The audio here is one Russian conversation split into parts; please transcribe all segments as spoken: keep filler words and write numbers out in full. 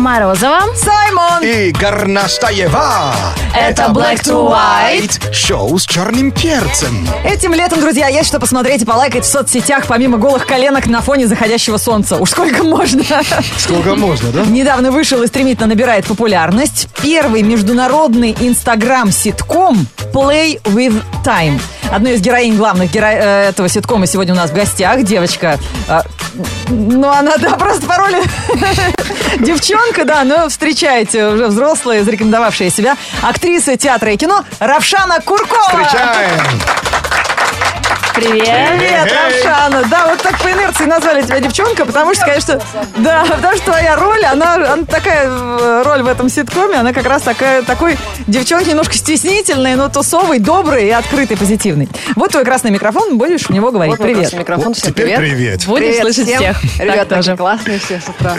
Морозова, Саймон и Горностаева. Это Black to White. Шоу с черным перцем. Этим летом, друзья, есть что посмотреть и полайкать в соцсетях, помимо голых коленок на фоне заходящего солнца. Уж сколько можно. Сколько можно, да? Недавно вышел и стремительно набирает популярность первый международный инстаграм-ситком Play with Time. Одной из героинь главных геро... этого ситкома сегодня у нас в гостях. Девочка, э, ну она, да, просто по роли девчонка, да, но встречаете уже взрослая, зарекомендовавшая себя, актриса театра и кино Равшана Куркова. Встречаем! привет. Привет, Равшана. Да, вот так по инерции назвали тебя девчонка, потому что, конечно, да, потому что твоя роль, она, она такая роль в этом ситкоме, она как раз такая, такой девчонки немножко стеснительной, но тусовой, доброй и открытой, позитивной. Вот твой красный микрофон, будешь в него говорить. Вот привет. Микрофон, Вот всем теперь привет. привет. Будешь Привет слышать всем. всех. Ребята, Так тоже. такие классные все с утра.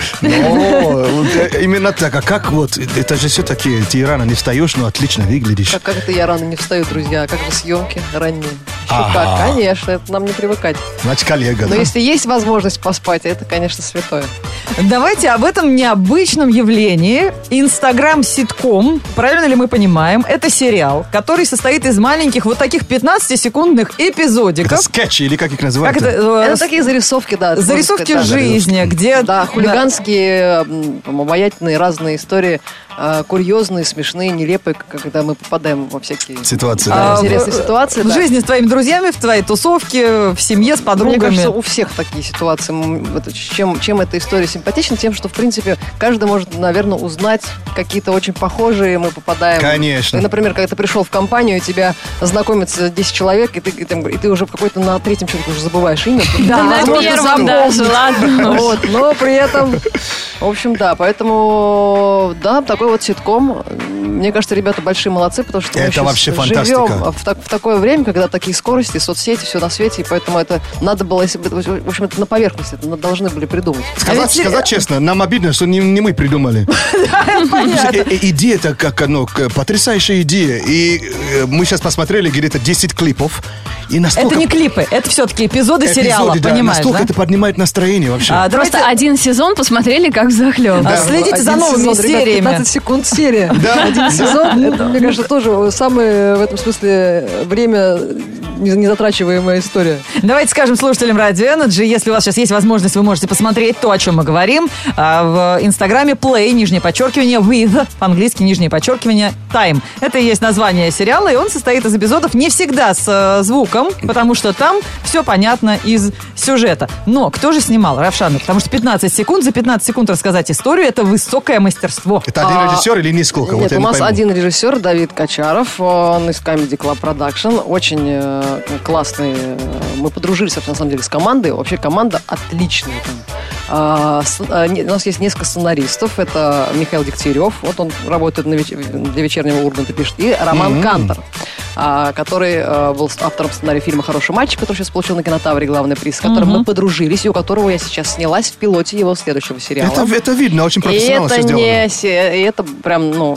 О, вот, э, именно так. А как вот, это же все-таки ты рано не встаешь, но отлично выглядишь. Как, как это я рано не встаю, друзья? Как же съемки ранние? Еще Ага. как, конечно, это нам не привыкать. Значит, коллега, Но да? если есть возможность поспать, это, конечно, святое. Давайте об этом необычном явлении. Инстаграм-ситком, правильно ли мы понимаем, это сериал, который состоит из маленьких вот таких пятнадцатисекундных Это эпизодиков. скетчи или как их Как называют? это? э, Это такие зарисовки, да. Зарисовки можно сказать, да. жизни, где... Да, хулиганские, м, обаятельные, разные истории, э, курьезные, смешные, нелепые, к- когда мы попадаем во всякие Ситуация, да, да. интересные ситуации. В да. жизни с твоими друзьями, в твоей тусовке, в семье с Мне подругами. кажется, у всех такие ситуации. М, вот Чем, чем эта история симпатична? Тем, что, в принципе, каждый может, наверное, узнать какие-то очень похожие. Мы попадаем... Конечно. И, например, когда ты пришел в компанию, и тебя знакомится десять человек, и ты, и ты, и ты уже в какой-то на третьем человеке уже забываешь имя. Да, На Возможно, первом запомнить. даже, ладно. Вот, но при этом, в общем, да, поэтому, да, такой вот ситком. Мне кажется, ребята большие молодцы, потому что мы Это сейчас вообще живем фантастика. в, так- в такое время, когда такие скорости, соцсети, все на свете, и поэтому это надо было, если бы, в общем, это на поверхности, это должны были придумать. Сказать, А ведь- сказать честно, нам обидно, что не, не мы придумали. Понятно. Э, э, Идея-то как, ну, к- потрясающая идея. И э, мы сейчас посмотрели где-то десять клипов. И настолько... Это не клипы, это все-таки эпизоды эпизоды, сериала, да, понимаешь, настолько да? это поднимает настроение вообще. А, давайте Просто один сезон посмотрели, как взахлеб. а, следите за Один новыми сезон, ребят, сериями. пятнадцать секунд серия. Да. Один сезон, это, мне кажется, тоже самое в этом смысле время не не затрачиваемая история. Давайте скажем слушателям Радио Energy, если у вас сейчас есть возможность, вы можете посмотреть то, о чем мы говорим. А, в Инстаграме Play, нижнее подчеркивание, with, по-английски нижнее подчеркивание, time. Это и есть название сериала, и он состоит из эпизодов не всегда с э, звуком, потому что там все понятно из сюжета. Но кто же снимал, Равшана? Потому что пятнадцать секунд, за пятнадцать секунд рассказать историю, это высокое мастерство. Это один А, режиссер или несколько? Нет, Вот я у не нас пойму. один режиссер, Давид Качаров, он из Comedy Club Production, очень э, классный. э, Мы подружились, на самом деле, с командой. Вообще команда отличная. Там. А, с- а, не- у нас есть несколько сценаристов. Это Михаил Дегтярев, вот он работает на веч- для вечернего Урганта, пишет, и Роман Мгм. Кантор, а, который э, был автором сценария фильма «Хороший мальчик», который сейчас получил на кинотавре главный приз, с которым мы подружились, и у которого я сейчас снялась в пилоте его следующего сериала. Это, это видно, очень И профессионально это все сделано. не се- и это прям, ну,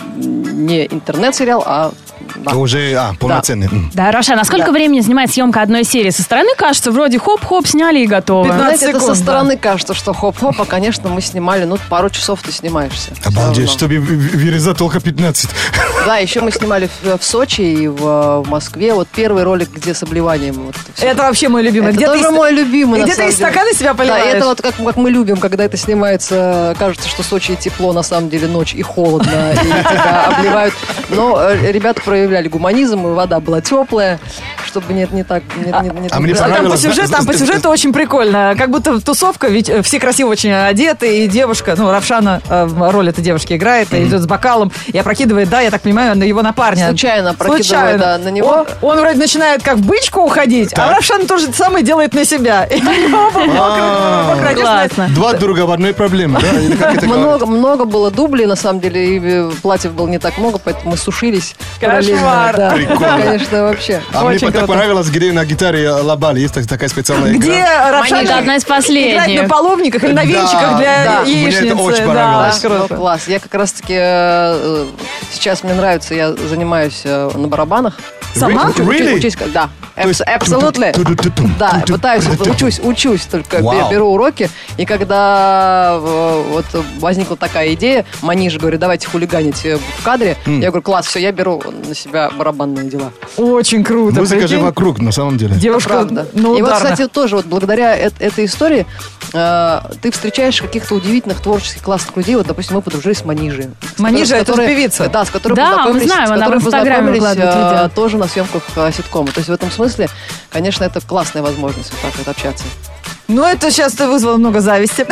не интернет-сериал, а да. Это уже, а, полноценный. М. Да, Рошан, а сколько Да. времени занимает съемка одной серии? Со стороны кажется, вроде хоп-хоп, сняли и готово. пятнадцать Знаете, это со секунд, да. стороны кажется, что хоп-хоп, а, конечно, мы снимали, ну, пару часов ты снимаешься. Всё Обалдеть, равно. чтобы в- вырезать только пятнадцать. Да, еще мы снимали в, в Сочи и в, в Москве. Вот первый ролик, где с обливанием. Вот всё. Это вообще мой любимый. Это Где ты тоже из- мой любимый, и на где ты самом из деле. стакана себя Да, поливаешь? и это вот как, как мы любим, когда это снимается, кажется, что Сочи тепло, на самом деле ночь и холодно, и тебя обливают. Но э, ребята проявляли гуманизм, и вода была теплая, чтобы нет, не так... Не, не- не- а мне не- А там по понравилось, сюжету, да, там по с- сюжету очень прикольно. Как будто тусовка, ведь э, все красиво очень одеты, и девушка, ну, Равшана э, роль этой девушки играет, и идет с бокалом, и опрокидывает, да, я так понимаю, на его напарня. Случайно опрокидывает, да, на него. Он, он вроде начинает как в бычку уходить, а Так. Равшан тоже это самое делает на себя. И у него оба А. мокрые, мокрые, Классно. Два друга в одной проблеме, да? Или как это Много, много было дублей, на самом деле, и э, платьев было не так много, поэтому мы сушились. Кошмар. параллельно, да. Прикольно. Конечно, вообще. А мне Очень так круто. понравилось, где на гитаре лабали. Есть так- такая специальная Где игра. Равшан Это одна из играет последних. на половниках или на Да, венчиках для да. Мне это яичницы. очень Да, понравилось. очень Ну, круто. класс. Я как раз-таки э, сейчас мне нравится, я занимаюсь э, на барабанах. Сама? Учу- учу- Really? учусь, да. То есть Абсолютно. ту-ду-ту-тум, Да, ту-ду, пытаюсь, ту-ду-тум. учусь, учусь, только бе- Вау. беру уроки. И когда э, вот возникла такая идея, Манижа говорит, давайте хулиганить э, в кадре, я говорю, класс, все, я беру на себя барабанные дела. Очень круто. Музыка же прикинь. вокруг, на самом деле. Девушка Правда. на И вот, ударных. кстати, тоже вот благодаря э- этой истории э, ты встречаешь каких-то удивительных творческих классных людей. Вот, допустим, мы подружились с Манижей. С Манижа, которой- это же певица. Да, с которой Да, мы познакомились, знаем, с она в которой Инстаграме познакомились, выкладывает э, видео. тоже на съемках э, ситкома. То есть в этом смысле, конечно, это классная возможность вот так вот общаться. Ну, это сейчас ты вызвала много зависти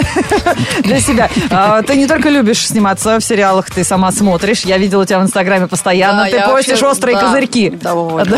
для себя. А, Ты не только любишь сниматься в сериалах, ты сама смотришь. Я видела тебя в Инстаграме постоянно. Да, Ты я постишь вообще- острые да, козырьки. довольно.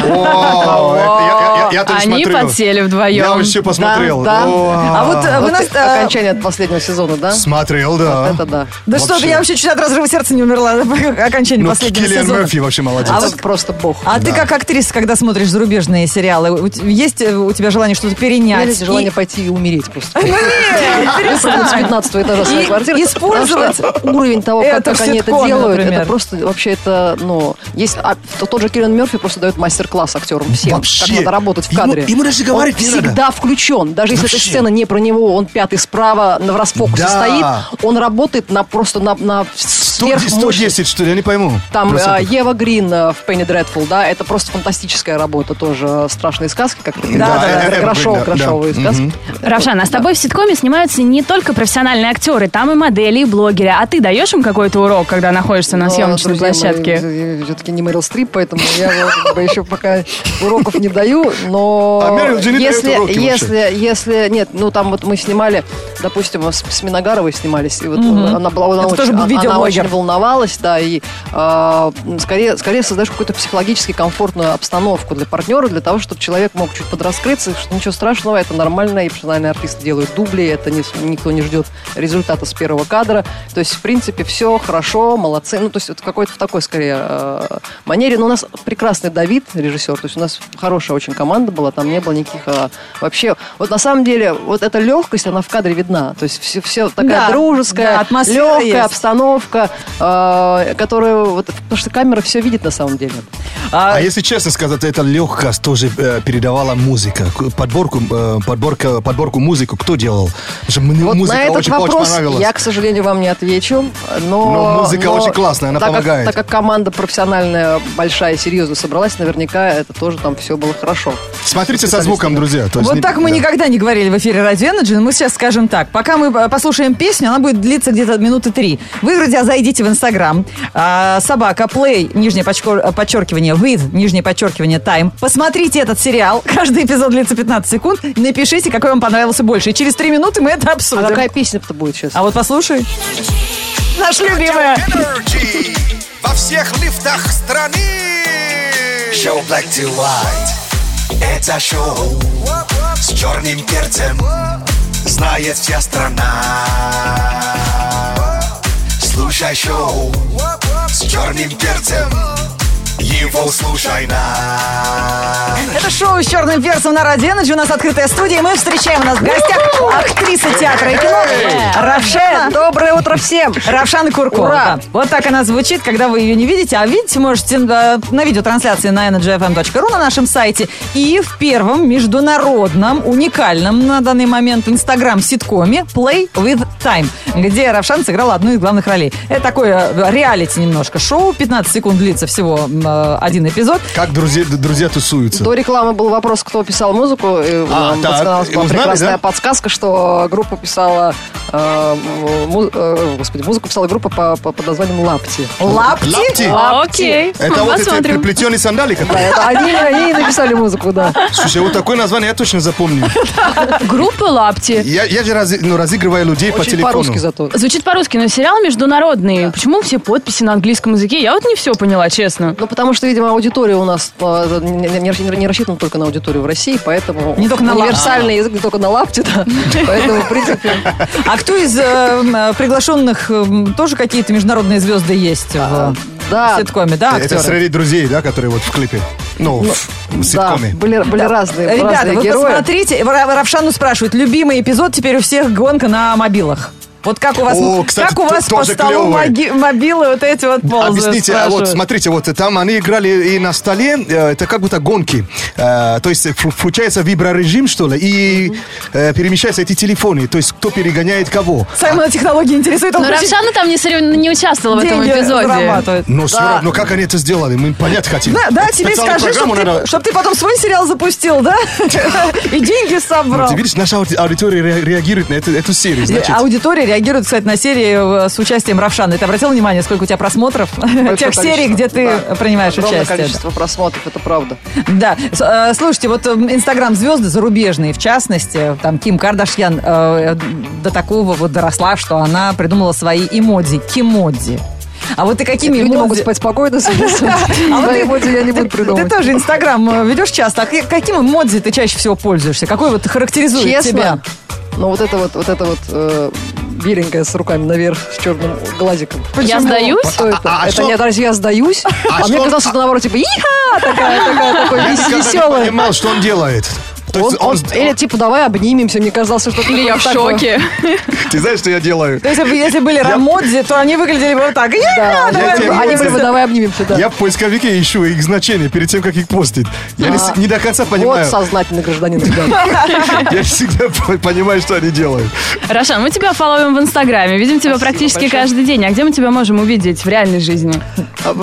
О, это я- я- я тоже Они смотрел. подсели вдвоем. Я уже все посмотрел. Да, да. О, А вот э, вы Вот нас... и э, окончание последнего сезона, да? Смотрел, да. Это да. Да что ты, Вообще. я вообще чуть от разрыва сердца не умерла. Окончание Ну, последнего Киллиан сезона. Мерфи вообще молодец. А Это вот- просто бог. А ты как актриса, когда смотришь зарубежные сериалы, у т- есть э, у тебя желание что-то У меня перенять? есть желание И- пойти и умереть просто. Нет, Выпрыгнуть с перестань. пятнадцатого этажа своей И квартиры. использовать Потому что уровень того, как, это как в они это ситкоме, делают, например. это просто вообще это, ну, есть а, то- тот же Киллиан Мерфи просто дает мастер-класс актерам всем, Вообще. как надо работать в Ему- кадре. ему даже говорить он не надо. всегда включен, даже если эта Вообще. сцена не про него, он пятый справа на в расфокусе Да. стоит, он работает на просто на, на сто сверхмощность. десять, что ли, я не пойму. Там э, процентов. Ева Грин э, в Penny Dreadful, да, это просто фантастическая работа тоже. э, Страшные сказки, как Да, да, да. Грошов, Да, да. грошовые сказки. Мгм. Равшан, а с тобой в ситкоме снимаются не только профессиональные актеры, там и модели, и блогеры. А ты даешь им какой-то урок, когда находишься на Но, съемочной друзья площадке? мои, все-таки не Мэрил Стрип, поэтому я вот, как бы, еще пока уроков не даю, но А Мэрил же не дает если, уроки если, если, нет, ну там вот мы снимали, допустим, с, с Миногаровой снимались, и вот она была, она, Это очень, тоже был она видеоблогер. очень волновалась, да, и э, скорее, скорее создаешь какую-то психологически комфортную обстановку для партнера, для того, чтобы человек мог чуть подраскрыться, что ничего страшного, это нормально, и профессиональные артисты делают дубли, это не, никто не ждет результата с первого кадра, то есть, в принципе, все хорошо, молодцы, ну, то есть, это какой-то в такой, скорее, э, манере, но у нас прекрасный Давид, режиссер, то есть, у нас хорошая очень команда была, там не было никаких, э, вообще, вот на самом деле, вот эта легкость, она в кадре видна, то есть, все, все такая Да, дружеская, да, атмосфера легкая есть. обстановка, э, которая, вот, потому что камера все видит на самом деле. А, А если честно сказать, эта легкость тоже э, передавала музыка. К- Подборку, э, подборка, подборку музыку кто делал? Потому что мне Вот музыка на этот очень, вопрос очень понравилась. я, к сожалению, вам не отвечу. Но, Но музыка очень классная, она так как- помогает. так как команда профессиональная, большая, серьезно собралась, наверняка это тоже там все было хорошо. Смотрите со звуком, друзья. То есть Вот не- так мы да. никогда не говорили в эфире Радио Energy, но мы сейчас скажем так. Пока мы э, послушаем песню, она будет длиться где-то минуты три. Вы, друзья, зайдите в Инстаграм. а, Собака, play, нижнее подчер- подчеркивание, with, нижнее подчеркивание, time. Посмотрите этот сериал. Каждый эпизод длится пятнадцать секунд. И напишите, какой вам понравился больше. И через три минуты мы это А обсудим. какая песня-то будет сейчас? А вот послушай. Наша любимая. Energy во всех лифтах страны. Шоу Black to White. Это шоу с черным перцем. Знает вся страна. Слушай шоу с черным перцем. Его слушай на. Это шоу с черным перцем на Радио Energy. У нас открытая студия. И мы встречаем у нас в гостях актриса театра и кино Равшана. Доброе утро всем! Равшана Куркова. Ура! Да. Вот так она звучит, когда вы ее не видите. А видите, можете э, на видеотрансляции на energy f m точка r u на нашем сайте. И в первом международном, уникальном на данный момент инстаграм-ситкоме Play with Time, где Равшан сыграла одну из главных ролей. Это такое э, реалити немножко шоу. пятнадцать секунд длится всего э, один эпизод. Как друзья, друзья тусуются. До рекламы был вопрос, кто писал музыку. И А, нам так. подсказалась И была узнали, прекрасная да? подсказка, что группа писала... э, му- э, господи, музыку писала группа по- по- под названием «Лапти». Лапти. Лапти? Окей, Это вот эти посмотрим. приплетенные сандали, Да, которые... это они, они написали музыку, да. Слушай, вот такое название я точно запомню. Группа «Лапти». Я, я же раз- ну, разыгрываю людей по Очень телефону. по-русски зато. Звучит по-русски, но сериал международный. Почему все подписи на английском языке? Я вот не все поняла, честно. Ну, потому что, видимо, аудитория у нас э, не, не- не- не рассчитана только на аудиторию в России, поэтому Не только на лапте. универсальный язык не только на лапте, да. Поэтому, в принципе, А кто из э, м, приглашенных э, тоже какие-то международные звезды есть в да, ситкоме, да, Это актеры? среди друзей, да, которые вот в клипе. Ну, в, в да, ситкоме. были, были разные, Ребята, разные вы герои. посмотрите, Ра- Равшану спрашивают, любимый эпизод теперь у всех гонка на мобилах. Вот как у вас, О, кстати, как у вас то- по тоже столу клевые. моги- мобилы вот эти вот ползают? Объясните, а вот смотрите, вот там они играли и на столе, э, это как будто гонки. Э, то есть фу- включается виброрежим, что ли, и э, перемещаются эти телефоны. То есть кто перегоняет кого. Саймона технологии интересует, он Но хочет Равшана там не, сорев- не участвовала в этом деньги эпизоде. зарабатывает. Но все равно, как они это сделали, мы понять хотим. Да, да, Вот тебе специальную скажи, программу чтобы ты, надо- чтоб ты потом свой сериал запустил, да? И деньги собрал. Ты видишь, наша ауди- аудитория ре- реагирует на эту, эту серию, значит. Аудитория реагирует, кстати, на серии э, с участием Равшана. Ты обратил внимание, сколько у тебя просмотров? Тех серий, где ты Да. принимаешь Огромное участие. количество просмотров, это правда. Да. С- э, Слушайте, вот инстаграм-звезды зарубежные, в частности, там Ким Кардашьян э, до такого вот доросла, что она придумала свои эмодзи, кимодзи. А вот ты какими Люди эмодзи- могут спать спокойно, соответственно. А вот Свои ты- эмодзи я не буду ты- придумывать. Ты тоже Инстаграм э, ведешь часто. А к- каким эмодзи ты чаще всего пользуешься? Какой вот характеризует Честно, тебя? но вот это вот, вот это вот э, беленькая с руками наверх, с черным глазиком. Я сдаюсь? Что это? А- а это что- не даже я сдаюсь. А, мне что- казалось, что это наоборот, типа, иха, такая, такая, такой Я никогда не веселая. понимал, что он делает. То Он, есть он- он- или типа, давай обнимемся, мне казалось, что Или я в такое. шоке. Ты знаешь, что я делаю? То есть, если бы- если были рамодзи, то они выглядели бы вот так. Да, Я- Я давай- тебе они эмоции. были бы, давай обнимемся, да. Я в поисковике ищу их значения перед тем, как их постить. Я не, с- не до конца Вот понимаю. сознательный гражданин, ребята. Я всегда по- понимаю, что они делают. Равшан, мы тебя фолловим в Инстаграме, видим тебя Спасибо практически большое. каждый день. А где мы тебя можем увидеть в реальной жизни? В,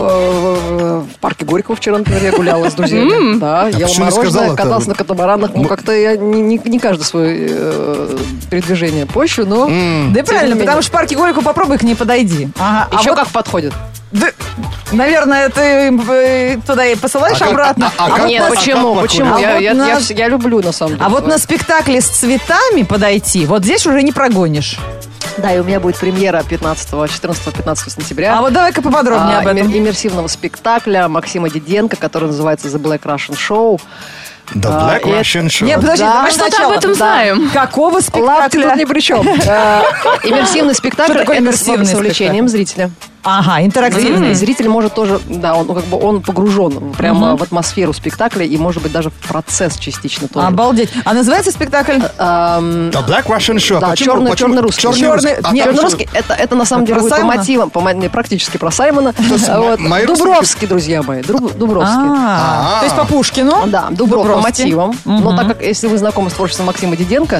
в- в парке Горького вчера, например, я гуляла с друзьями. Да, ела почему не мороженое, сказала-то? каталась на катамаранах. Ну, как-то я не, не, не каждое свое э, передвижение пощу, но Да и Тем правильно, не потому менее. что в парке Горького попробуй к ней подойди. Ага, а еще вот- как подходит. Да, наверное, ты э, туда и посылаешь А как- обратно. а- а А как вот у Нет, нас- на- почему? как Почему? подходит? Я, А я, вот я, на- вс- я люблю, на самом деле. А вот на спектакле с цветами подойти, вот здесь уже не прогонишь. Да, и у меня будет премьера пятнадцатого, четырнадцатого-пятнадцатого сентября. А вот давай-ка поподробнее а, об этом. иммер- иммерсивного спектакля Максима Диденко, который называется The Black Russian Show. The А, Black и Russian Show. Не, подожди, Да. давай Что-то сначала. об этом Да. знаем. Какого Лавки спектакля? тут ни при чем. Э, Иммерсивный спектакль Что такое это иммерсивный с увлечением зрителя. Ага, интерактивный. И зритель может тоже, да, он ну, как бы он погружен прямо в атмосферу спектакля и, может быть, даже в процесс частично тоже. Обалдеть. А называется спектакль? Ам, The Black Russian Show. Да, Почему- черный- почему- черный русский. черный Черный- русский. А нет, там Черный что? русский, это, это на самом Это деле про будет по Саймона? мотивам, по, мо- не, практически про Саймона. есть Вот. м- мои Дубровский, друзья мои, Дру- Дубровский. А, А. то есть по Пушкину? Да, Дубров по Дубровский. мотивам. Но так как, если вы знакомы с творчеством Максима Диденко,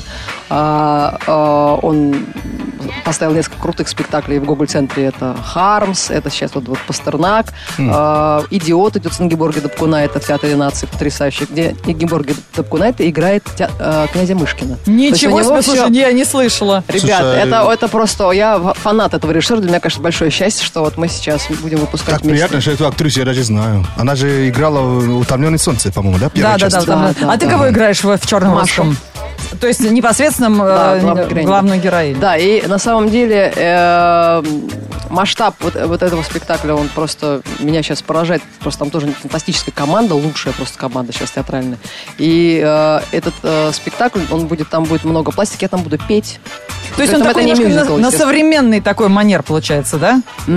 а, а, он поставил несколько крутых спектаклей в Гоголь-центре. Это «Хармс», это сейчас вот, вот «Пастернак», а, «Идиот» идет с Ингеборги Дапкунайте в Театре нации потрясающий, где Ингеборги Дапкунайте играет тя- а, князя Мышкина. То есть у Ничего него себе, всё- слушай, я не слышала. Ребят, Слушай, это, это просто... Я фанат этого режиссера. Для меня, конечно, большое счастье, что вот мы сейчас будем выпускать Так вместе. приятно, что эту актрису я даже знаю. Она же играла в «Утомленное солнце», по-моему, да? Первая Да, да, да, часть? там- Да, А ты да. кого играешь в, в черном Машу. русском? То есть непосредственно Да, э, главную героиню. главную героиню. Да, и на самом деле э, масштаб вот, вот этого спектакля, он просто меня сейчас поражает. Просто там тоже фантастическая команда, лучшая просто команда сейчас театральная. И э, этот э, спектакль, он будет, там будет много пластики, я там буду петь. То есть При он этом такой это не немножко мюзикл, на, на естественно. современный такой манер получается, да?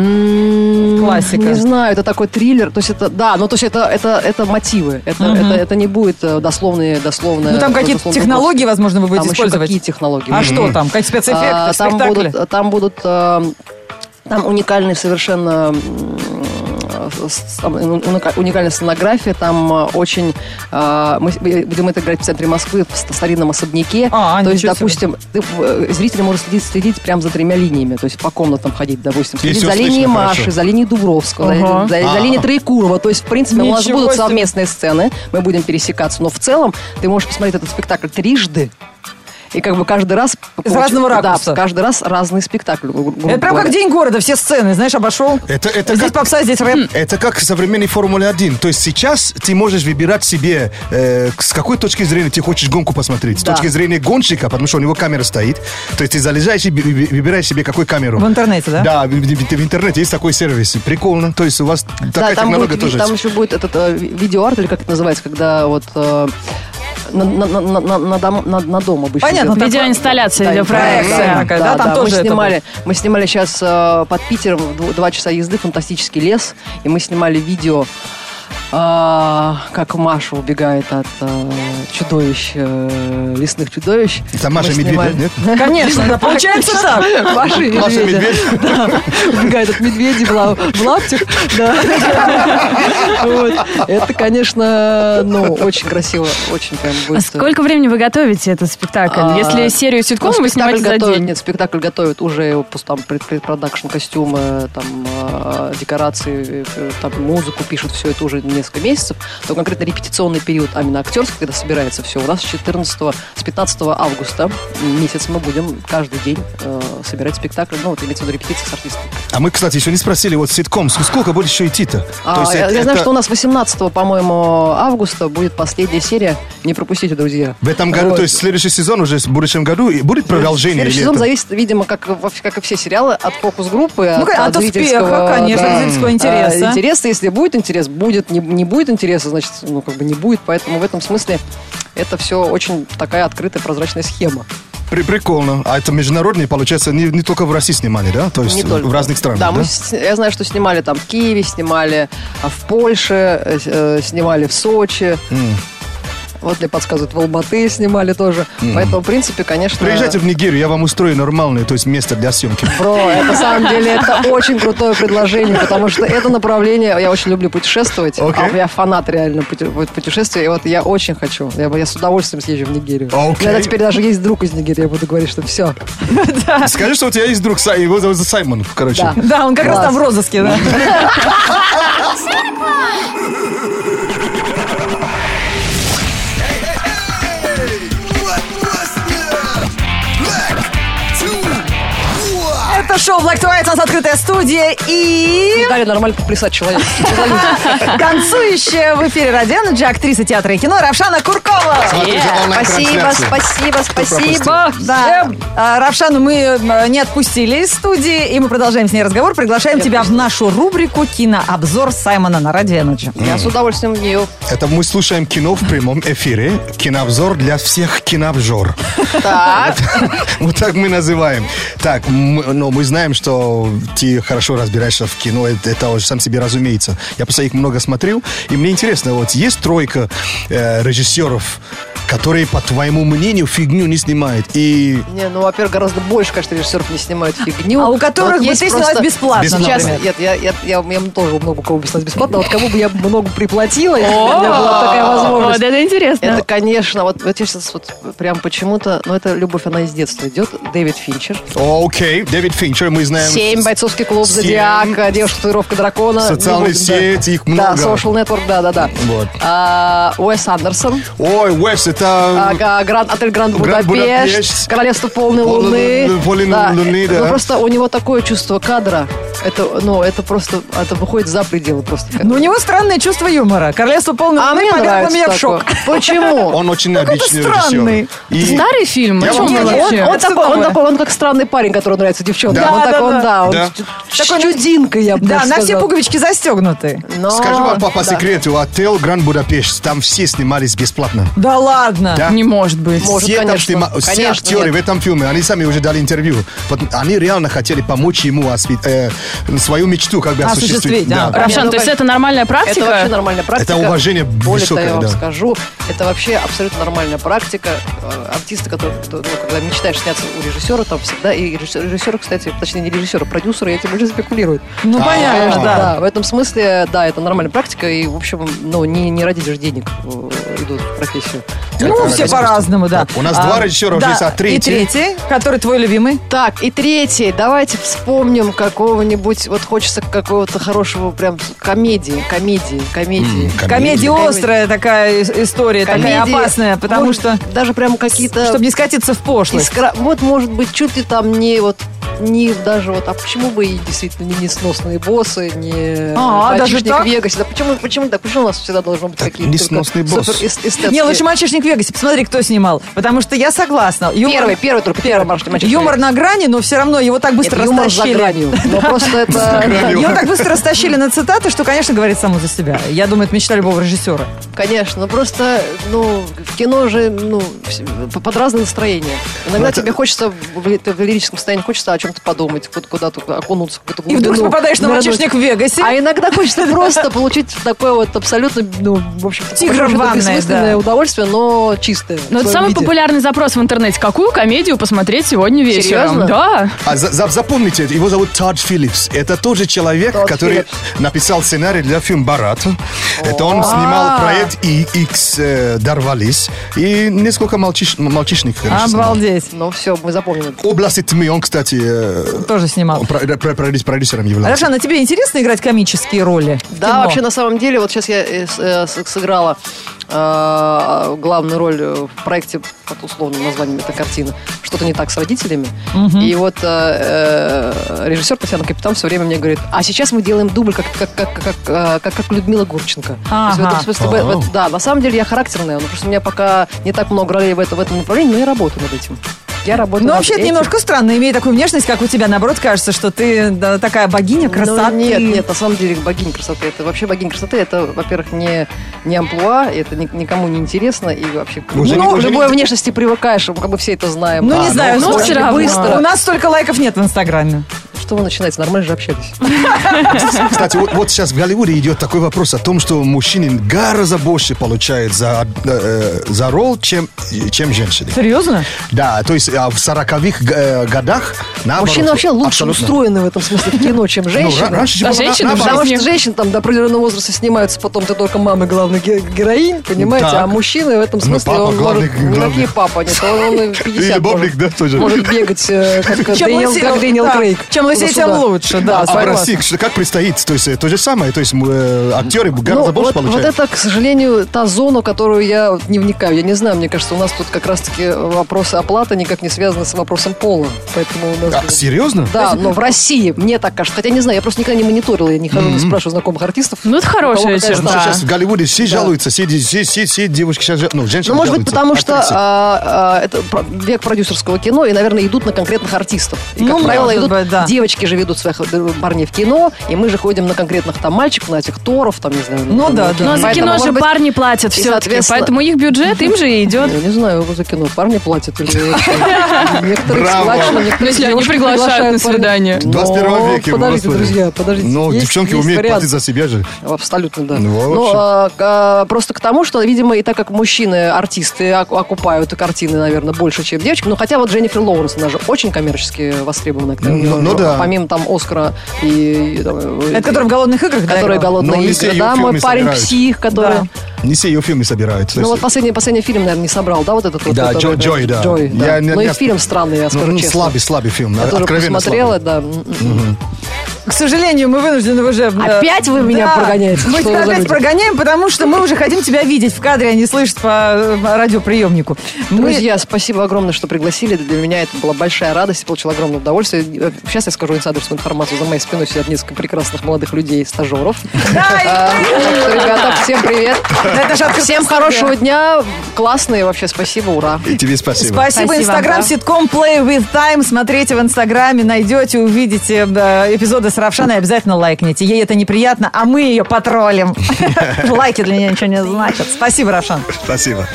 М, Классика. Не знаю, это такой триллер. То есть это, да, ну то есть это, это, это мотивы. Это, это, это не будет э, дословные, дословные. Ну там какие-то дословные технологии, возможно, вы Там будете еще использовать. какие технологии? А что там? Какие спецэффекты, А, там спектакли? будут, там будут, э, там уникальный совершенно м, с- там уника- уникальная сценография, там э, очень э, мы с- будем это играть в центре Москвы в ст- старинном особняке. А, то есть, ничего себе. допустим, ты, э, зритель может следить, следить прямо за тремя линиями, то есть по комнатам ходить, допустим, следить всё за слышно линией хорошо. Маши, за линией Дубровского, за- Ага. за, за А. линией Троекурова. То есть, в принципе, у нас Ничего будут себе. совместные сцены, мы будем пересекаться, но в целом ты можешь посмотреть этот спектакль трижды. И как бы каждый раз... Из разного Да, ракурса. каждый раз разный спектакль. гру- грубо Это прям говоря. как День города, все сцены, знаешь, обошел. Это, это Здесь как... попса, здесь рэп. Это как современный Формула один. То есть сейчас ты можешь выбирать себе, э, с какой точки зрения ты хочешь гонку посмотреть. С Да. точки зрения гонщика, потому что у него камера стоит. То есть ты залезаешь и ви- ви- выбираешь себе какую камеру. В интернете, да? Да, в, в- в интернете есть такой сервис. Прикольно. То есть у вас Да, такая там, технология будет, тоже там есть. еще будет этот э, ви- видеоарт, или как это называется, когда вот... э, на, на, на, на, на дом, на, на дом обычно. Понятно, идет. так- Видеоинсталляция, Да, видеопроекция. да, такая, да, там тоже мы это снимали, мы снимали сейчас э, под Питером дв- два часа езды, фантастический лес, и мы снимали видео А, как Маша убегает от а, чудовищ, а, лесных чудовищ. Это Маша Мы Медведь, снимали- нет? Конечно, да, получается так. Маша и Маша медведя. Медведь. Да, убегает от медведей в ла- в лаптях. Да. Вот. Это, конечно, ну, очень красиво, очень прям А будет. сколько времени вы готовите этот спектакль? А, Если серию ситкомов Ну, вы спектакль снимаете за готовят- день? Нет, спектакль готовят уже пусть там пред- предпродакшн костюмы, там э, декорации, э, там музыку пишут, все это уже несколько месяцев. То конкретно репетиционный период, а именно актерский, когда собирается все, у нас с четырнадцатого, с пятнадцатого августа месяц мы будем каждый день э, собирать спектакль, ну вот имеется в виду репетиции с артистом. А мы, кстати, еще не спросили, вот ситком, сколько будет еще идти-то? А, То есть я, это- я знаю, это что у нас восемнадцатого, по-моему, августа будет последняя серия. Не пропустите, друзья. в этом году, Вот. то есть следующий сезон уже в будущем году, и будет продолжение? Следующий или сезон это- зависит, видимо, как, во- как и все сериалы, от фокус-группы, Ну, от успеха, конечно, от зрительского интереса. э, интереса. Если будет интерес, будет. Не, не будет интереса, значит, ну, как бы не будет. Поэтому в этом смысле это все очень такая открытая, прозрачная схема. При- Прикольно. А это международные, получается, не, не только в России снимали, да? То есть Не в только. в разных странах, Да, да? мы, с- я знаю, что снимали там в Киеве, снимали а, в Польше, э, э, снимали в Сочи. М. Вот мне подсказывают, в Алматы снимали тоже. Поэтому, в принципе, конечно... Приезжайте в Нигерию, я вам устрою нормальное, то есть место для съемки. Бро, это на самом деле это очень крутое предложение, потому что это направление, я очень люблю путешествовать, Окей. а я фанат реально пути- вот путешествий, и вот я очень хочу, я, бы- я с удовольствием съезжу в Нигерию. Окей. У меня теперь даже есть друг из Нигерии, я буду говорить, что все. Скажи, что у тебя есть друг, Сай- его зовут Саймон, короче. Да. Да, он как раз Класс. там в розыске, да. Это шоу Black to White, у нас открытая студия и Дали нормально поплясать человек. танцующая в эфире Радио Energy актриса театра и кино Равшана Куркова. Смотрите Yeah. онлайн-трансляцию. Спасибо, спасибо, спасибо. Да. А, Равшану мы э, не отпустили из студии, и мы продолжаем с ней разговор. Приглашаем тебя в нашу рубрику «Кинообзор» Саймона на Радио Energy. Я с удовольствием в нее. Это мы слушаем кино в прямом эфире. Кинообзор для всех кинообзор. Так. Вот так мы называем. Так, м- но мы знаем, что ты хорошо разбираешься в кино. Это, это уже сам себе разумеется. Я просто их много смотрел. И мне интересно, вот есть тройка э, режиссеров, которые, по твоему мнению, фигню не снимают. И Не, ну, во-первых, гораздо больше, конечно, режиссеров не снимают фигню. А у которых Вот бы есть ты снялась просто- бесплатно, Сейчас, например. нет, я, я, я, я тоже много у кого бы снялась бесплатно. Вот кому бы я много приплатила, если бы у меня была такая возможность. Вот это интересно. Это, конечно, вот, вот я сейчас вот прям почему-то, ну, это любовь, она из детства идет. Дэвид Финчер. окей, Дэвид Финчер, мы знаем. Семь, бойцовский клуб, Семь. Зодиак, девушка татуировка дракона. Социальные Не будем, да. сети, их много. Да, Social Network, да, да, да. Вот. А, Уэс Андерсон. Ой, Уэс, это... А, га- Гранд, отель Гранд Гранд Будапешт, Будапешт. Королевство полной Полной луны. луны, луны, да. Ну, просто у него такое чувство кадра. Это, ну, это просто, это выходит за пределы просто. Но у него странное чувство юмора. Королевство полное А луны мне повергло нравится меня в такое. шок. Почему? Он очень Какой-то обычный странный. режиссер. И- Старый фильм? Я О чем вам вы скажу, вообще? Он, Это такой, он новое. такой, он как странный парень, который нравится девчонкам. Да. Он Да, такой, да, он, да. да, он Да. ч- ч- чудинка, я бы Да, даже на все сказала. пуговички застегнуты. Но- Скажу вам по, по да. секрету, отель Гранд Будапешт, там все снимались бесплатно. Да ладно. Да. Не может быть. Может, все, там конечно. снима- все Конечно, актеры нет. в этом фильме, они сами уже дали интервью. Вот они реально хотели помочь ему осви- э, свою мечту как бы Осуществить, осуществить. да. Да. Равшан, ну, то есть конечно. это нормальная практика? Это вообще нормальная практика. Это уважение Более того, высокое, я вам да. скажу, это вообще абсолютно нормальная практика. Э, Артисты, которые, кто- ну, когда мечтаешь сняться у режиссера, там всегда, и режиссер, режиссеры, кстати, точнее не режиссеры, продюсеры этим уже спекулируют. Ну, понятно, Конечно, да. да. В этом смысле, да, это нормальная практика, и, в общем, ну, не, не ради же денег э, идут в профессию. Ну, Это все искусство. по-разному, да. Так, у нас два режиссера уже да, есть, а третий? И третий, который твой любимый. Так, и третий. Давайте вспомним какого-нибудь, вот хочется какого-то хорошего прям комедии, комедии, комедии. М, Комедия острая такая ис- история, такая Комедии, опасная, потому может, что, даже прям какие-то... чтобы не скатиться в пошлость. искра- Вот, может быть, чуть ли там не вот не даже вот, а почему бы и действительно не несносные боссы, не А, даже мальчишник так? в Вегасе. Да почему, почему так? Почему у нас всегда должно быть Так, какие-то несносный только босс. супер эс- эстетские? Не, лучше «Мальчишник в Вегасе». Посмотри, кто снимал. Потому что я согласна. Юмор, Первый, первый только, первый «Мальчишник в Вегасе». юмор на грани, но все равно его так Нет, быстро юмор за растащили. гранью. Но просто это... Его так быстро растащили на цитаты, что, конечно, говорит само за себя. Я думаю, это мечта любого режиссера. Конечно, ну просто, ну, в кино же, ну, вс- под разные настроения. Иногда Это- тебе хочется, в, ли- ты в лирическом состоянии хочется о чем-то подумать, куда- куда-то окунуться в какую-то И вдруг глубину, попадаешь на нырнуть. мальчишник в Вегасе. А иногда хочется просто получить такое вот абсолютно, ну, в общем, Тигра в ванной, бессмысленное да. удовольствие, но чистое. Ну, в это своем самый виде. популярный запрос в интернете. Какую комедию посмотреть сегодня вечером? Серьезно? Да. А за- за- запомните, его зовут Тодд Филлипс. Это тоже человек, Тодд который Филлипс. написал сценарий для фильма «Барат». Это он снимал проект и X э, «Дорвались» и несколько мальчиш- мальчишник. конечно, снимал. Обалдеть. Ну, все, мы запомним. «Области тьмы» он, кстати, э, Тоже снимал. про- про- продюс- продюсером являлся. Рошан, а тебе интересно играть комические роли? в Да, кино? вообще, на самом деле, вот сейчас я э, с- э, с- сыграла э, главную роль в проекте под условным названием этой картины «Что-то не так с родителями». И вот э, э, режиссер Татьяна Капитан все время мне говорит, а сейчас мы делаем дубль, как, как, как, как, э, как, как Людмила Гурченко. То есть в этом Ага. смысле, в- в- да, на самом деле я характерная, но просто у меня пока не так много ролей в, это, в этом направлении, но я работаю над этим. Я работаю Ну, над вообще, это этим. немножко странно, имея такую внешность, как у тебя. Наоборот, кажется, что ты да, такая богиня красоты. Ну, нет, нет, на самом деле богиня красоты. Это вообще богиня красоты. Это, во-первых, не, не амплуа, это ни- никому не интересно. И вообще к Уже ну, не- уже любой не- внешности привыкаешь, мы как бы все это знаем. Ну, не А, знаю, ну, ну, всё очень равно. быстро. У нас столько лайков нет в Инстаграме. Что вы начинаете? Нормально же общались. Кстати, вот, вот сейчас в Голливуде идет такой вопрос о том, что мужчины гораздо больше получают за, э, за роль, чем, чем женщины. Серьезно? Да, то есть а в сороковых э, годах наоборот. Мужчины вообще лучше абсолютно. устроены в этом смысле в кино, чем Ну, женщины. ра- раньше Да, было на- женщины наоборот. Потому жизни. что женщины там до определенного возраста снимаются, потом ты только мама, главный ге- героинь, понимаете? Так. А мужчины в этом Ну, смысле, папа он главный, может, главный. никакие папа, нет, он, он и в пятьдесят И любовник, может, да, тоже. может бегать, э, как, Чем Дэниел, лысее- как Дэниел да, Крейг. чем лысее, тем Туда-сюда. лучше, да, А в согласна. России что- как предстоит? То есть э, то же самое, то есть э, актеры гораздо Ну, больше вот, вот получают. это, к сожалению, та зона, которую я вот не вникаю. Я не знаю, мне кажется, у нас тут как раз-таки вопросы оплаты никак не связаны с вопросом пола. Поэтому у нас... А, серьезно? Да, но в России, мне так кажется. Хотя не знаю, я просто никогда не мониторила, я не хожу, не спрашиваю знакомых артистов. Ну, это у кого хорошая какая черта. Потому что Да. сейчас в Голливуде все жалуются, все, все, все, все девушки сейчас, жал- ну, женщины Ну, может быть, жалуются, потому что актрисы. а, а, это про- век продюсерского кино, и, наверное, идут на конкретных артистов. И, как Ну, правило, может идут быть, да. девочки же ведут своих э, парней в кино, и мы же ходим на конкретных там мальчиков, на этих торов, там, не знаю. Ну, там, да, на- да. Но за Поэтому, кино может же быть, парни платят и, все-таки, соответственно- поэтому их бюджет им же и идет. Я не знаю, за кино парни платят или некоторые Браво. сплачено, некоторые Ну, если они девушки приглашают на парней. свидание. В двадцать первом Но, веке, Подождите, господи. друзья, подождите. Ну, Есть- девчонки есть умеют вариант. платить за себя же. Абсолютно, да. Ну, Ну, вообще. а, а, просто к тому, что, видимо, и так как мужчины, артисты, ок- окупают картины, наверное, больше, чем девочки. Ну, хотя вот Дженнифер Лоуренс, она же очень коммерчески востребована. Ну, ну да. Помимо там Оскара и... и, там, Это который в «Голодных играх», да, Который играл? «Голодные Но не все игры». ее Да, мой фильмы парень собирают. псих, который... Да. Не все ее фильмы собирают. То Ну есть- вот последний, последний фильм, наверное, не собрал, да, вот этот вот? Да, который- Джо- Джой, да. Джой, да. Я не- Ну и не- фильм странный, я скажу ну, честно. слабый, слабый фильм. Я тоже откровенно посмотрела, слабый. да. К сожалению, мы вынуждены уже... э, Опять вы меня да, прогоняете? Мы Что тебя вы за опять люди? прогоняем, потому что мы уже хотим тебя видеть в кадре, а не слышать по э, радиоприемнику. Мы- Друзья, спасибо огромное, что пригласили. Для меня это была большая радость, я получила огромное удовольствие. Сейчас я скажу инсайдерскую информацию. За моей спиной сидят несколько прекрасных молодых людей, стажеров. Да, и- А, так что, ребята, всем привет. Это же открытая Всем студия. хорошего дня. Классные вообще, спасибо, ура. И тебе спасибо. Спасибо, Спасибо, Инстаграм, да. ситком Play with Time. Смотрите в Инстаграме, найдете, увидите да, эпизоды с Равшаной, обязательно лайкните. Ей это неприятно, а мы ее потроллим. Лайки для нее ничего не значат. Спасибо, Равшан. Спасибо.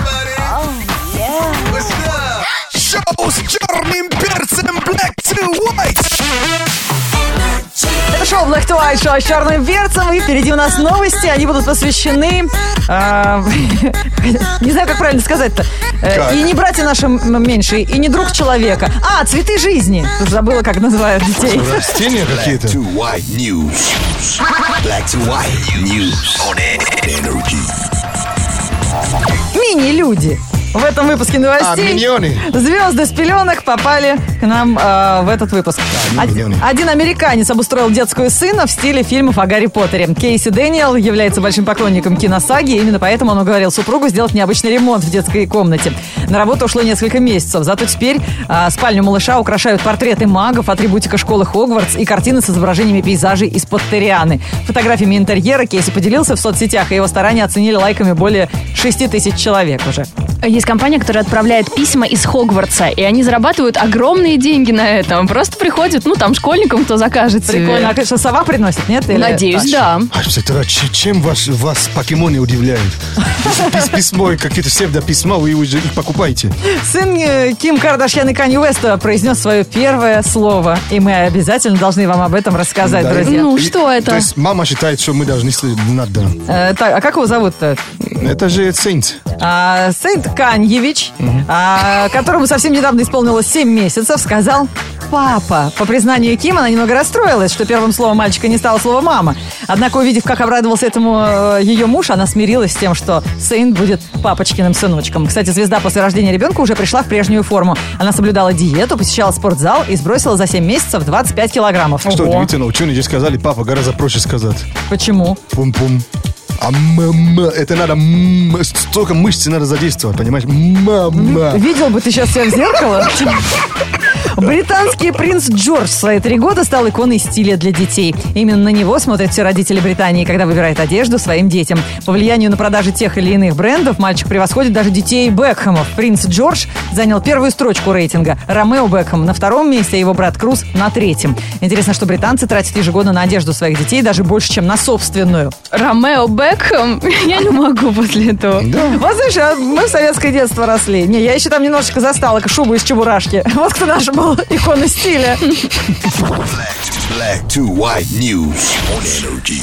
Шоу с черным перцем Black to White. Это шоу Black to White, шоу с черным перцем. И впереди у нас новости. Они будут посвящены... а, не знаю, как правильно сказать-то. Э, Как? И не братья наши м- меньшие, и не друг человека. А, цветы жизни. Уж забыла, как называют детей. Растения какие-то. To White News. Black to White News on Energy. Мини-люди. В этом выпуске А, новостей миньоны. звезды с пеленок попали к нам э, в этот выпуск. Да, Од- миньоны. Один американец обустроил детскую сына в стиле фильмов о Гарри Поттере. Кейси Дэниел является большим поклонником киносаги, и именно поэтому он уговорил супругу сделать необычный ремонт в детской комнате. На работу ушло несколько месяцев, зато теперь э, спальню малыша украшают портреты магов, атрибутика школы Хогвартс и картины с изображениями пейзажей из Поттерианы. Фотографиями интерьера Кейси поделился в соцсетях, и его старания оценили лайками более шести тысяч человек уже. Есть компания, которая отправляет письма из Хогвартса, и они зарабатывают огромные деньги на этом. Просто приходят, ну, там, школьникам, кто закажет себе. Прикольно. А, конечно, сова приносит, нет? Или... Надеюсь, да. А, кстати, чем вас, вас покемоны удивляют? Пис- Письмо, какие-то псевдописьма, вы уже их покупаете. Сын э, Ким Кардашьян и Канье Уэста произнес свое первое слово. И мы обязательно должны вам об этом рассказать, Да. друзья. Ну, И- что это? То есть мама считает, что мы должны следовать. Надо. Э, так, а как его зовут-то? Это же Saint. А, Сейнт Каньевич, а, которому совсем недавно исполнилось семь месяцев, сказал «папа». По признанию Ким, она немного расстроилась, что первым словом мальчика не стало слово «мама». Однако, увидев, как обрадовался этому э, ее муж, она смирилась с тем, что Сейнт будет папочкиным сыночком. Кстати, звезда после рождения ребенка уже пришла в прежнюю форму. Она соблюдала диету, посещала спортзал и сбросила за семь месяцев двадцать пять килограммов. Что Ого. удивительно, ученые же сказали, папа, гораздо проще сказать. Почему? Пум-пум. А мама, это надо, м- столько мышц надо задействовать, понимаешь? Мама. Видел бы ты сейчас себя в зеркало? Британский принц Джордж в свои три года стал иконой стиля для детей. Именно на него смотрят все родители Британии, когда выбирают одежду своим детям. По влиянию на продажи тех или иных брендов мальчик превосходит даже детей Бекхэмов. Принц Джордж занял первую строчку рейтинга. Ромео Бекхэм на втором месте, а его брат Круз на третьем. Интересно, что британцы тратят ежегодно на одежду своих детей даже больше, чем на собственную. Ромео Бекхэм? Я не могу после этого. Вот знаешь, а мы в советское детство росли. Не, я еще там немножечко застала шубу из Чебурашки. Вот кто наш был икона стиля. Black to white news on Energy.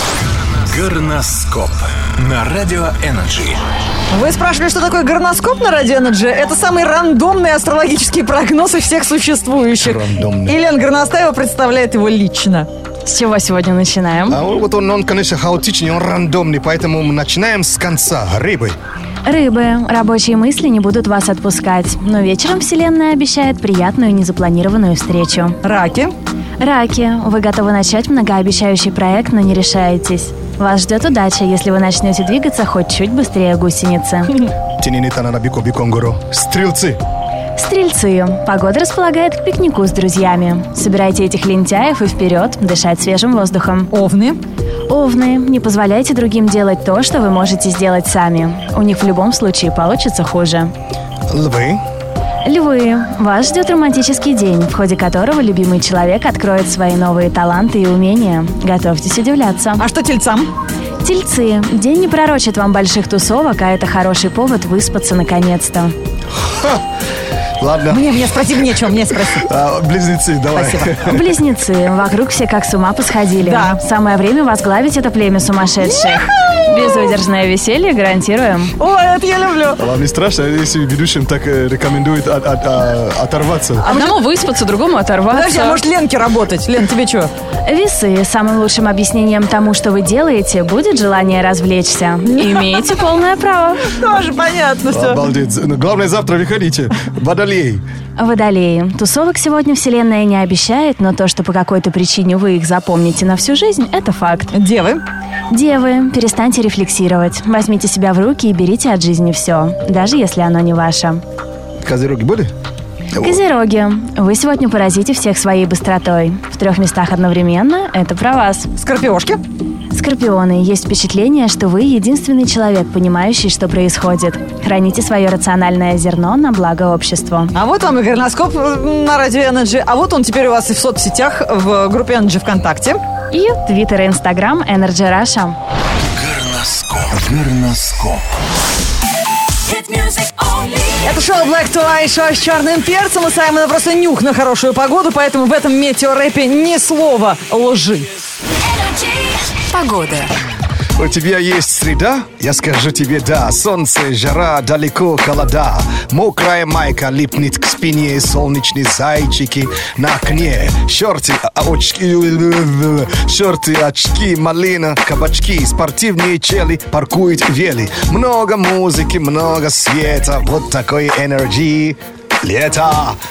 Горноскоп на радио Energy. Вы спрашивали, что такое горноскоп на Радио Energy? Это самый рандомный астрологический прогноз из всех существующих. Рандомный. И Лена Горностаева представляет его лично. С чего сегодня начинаем? А вот он, он, конечно, хаотичный, он рандомный, поэтому мы начинаем с конца. Рыбы. Рыбы. Рабочие мысли не будут вас отпускать. Но вечером Вселенная обещает приятную незапланированную встречу. Раки. Раки. Вы готовы начать многообещающий проект, но не решаетесь. Вас ждет удача, если вы начнете двигаться хоть чуть быстрее гусеницы. Тиненита на бико биконгоро. Стрелцы. Стрельцы. Погода располагает к пикнику с друзьями. Собирайте этих лентяев и вперед, дышать свежим воздухом. Овны. Овны. Не позволяйте другим делать то, что вы можете сделать сами. У них в любом случае получится хуже. Львы. Львы. Вас ждет романтический день, в ходе которого любимый человек откроет свои новые таланты и умения. Готовьтесь удивляться. А что тельцам? Тельцы. День не пророчит вам больших тусовок, а это хороший повод выспаться наконец-то. Ладно. Мне, мне спроси, мне что, мне спроси. А, близнецы, давай. Спасибо. Близнецы. Вокруг все как с ума посходили. Да. Самое время возглавить это племя сумасшедших. Безудержное веселье гарантируем. Ой, это я люблю. Вам не страшно, если ведущим так э, рекомендует от- от- а, оторваться? Одному выспаться, другому оторваться. Подожди, а может Ленке работать? Лен, тебе что? Весы. Самым лучшим объяснением тому, что вы делаете, будет желание развлечься. Имеете полное право. Тоже понятно все. Обалдеть. Ну, главное, завтра выходите. Водолей. Водолеи. Тусовок сегодня Вселенная не обещает, но то, что по какой-то причине вы их запомните на всю жизнь, это факт. Девы. Девы, перестаньте рефлексировать. Возьмите себя в руки и берите от жизни все, даже если оно не ваше. Козероги были? Козероги. Вы сегодня поразите всех своей быстротой. В трех местах одновременно – это про вас. Скорпиошки. Скорпионы. Есть впечатление, что вы единственный человек, понимающий, что происходит. Храните свое рациональное зерно на благо обществу. А вот вам и горноскоп на Радио Energy. А вот он теперь у вас и в соцсетях, в группе Energy ВКонтакте. И Твиттер и Инстаграм Energy Russia. Горноскоп. Горноскоп. Это шоу Black to White, шоу с черным перцем. У Саймона просто нюх на хорошую погоду, поэтому в этом метеорэпе ни слова лжи. Погода. У тебя есть среда? Я скажу тебе да. Солнце, жара, далеко холода. Мокрая майка липнет к спине. Солнечные зайчики на окне. Шорты, а, очки, шорты, очки, малина, кабачки. Спортивные чели паркуют вели. Много музыки, много света. Вот такой энергии. Лето.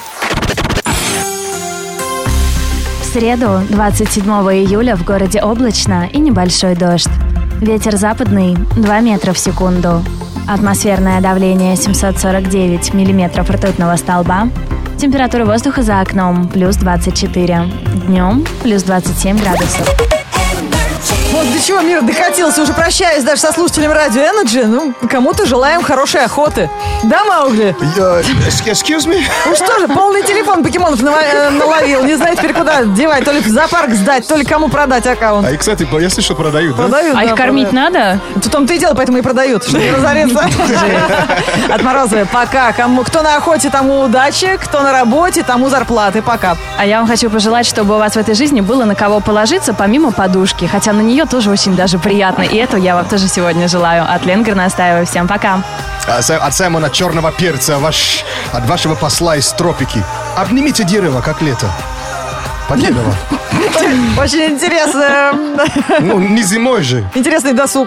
В среду, двадцать седьмого июля, в городе облачно и небольшой дождь. Ветер западный два метра в секунду. Атмосферное давление семьсот сорок девять миллиметров ртутного столба. Температура воздуха за окном плюс двадцать четыре. Днем плюс двадцать семь градусов. Вот до чего мир докатился. Уже прощаюсь даже со слушателем Радио Energy. Ну, кому-то желаем хорошей охоты. Да, Маугли? Я- Excuse me? Ну что же, полный телефон покемонов нава- э, наловил. Не знаю теперь куда девать. То ли в зоопарк сдать, то ли кому продать аккаунт. А и, кстати, я слышал, продают, да? Продают, А да, их кормить продают. надо? В том-то и дело, поэтому и продают, чтобы не разориться. От Морозовой пока. Кому, кто на охоте, тому удачи, кто на работе, тому зарплаты. Пока. А я вам хочу пожелать, чтобы у вас в этой жизни было на кого положиться, помимо подушки. Хотя на нее тоже очень даже приятно. И это я вам тоже сегодня желаю. От Лены Горностаевой. Всем пока. А, Сай- От Саймона Черного Перца, ваш, от вашего посла из тропики. Обнимите дерево, как лето. Покедово. Очень интересно. Ну, не зимой же. Интересный досуг.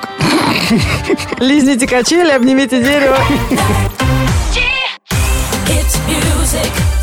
Лизните качели, обнимите дерево. It's music.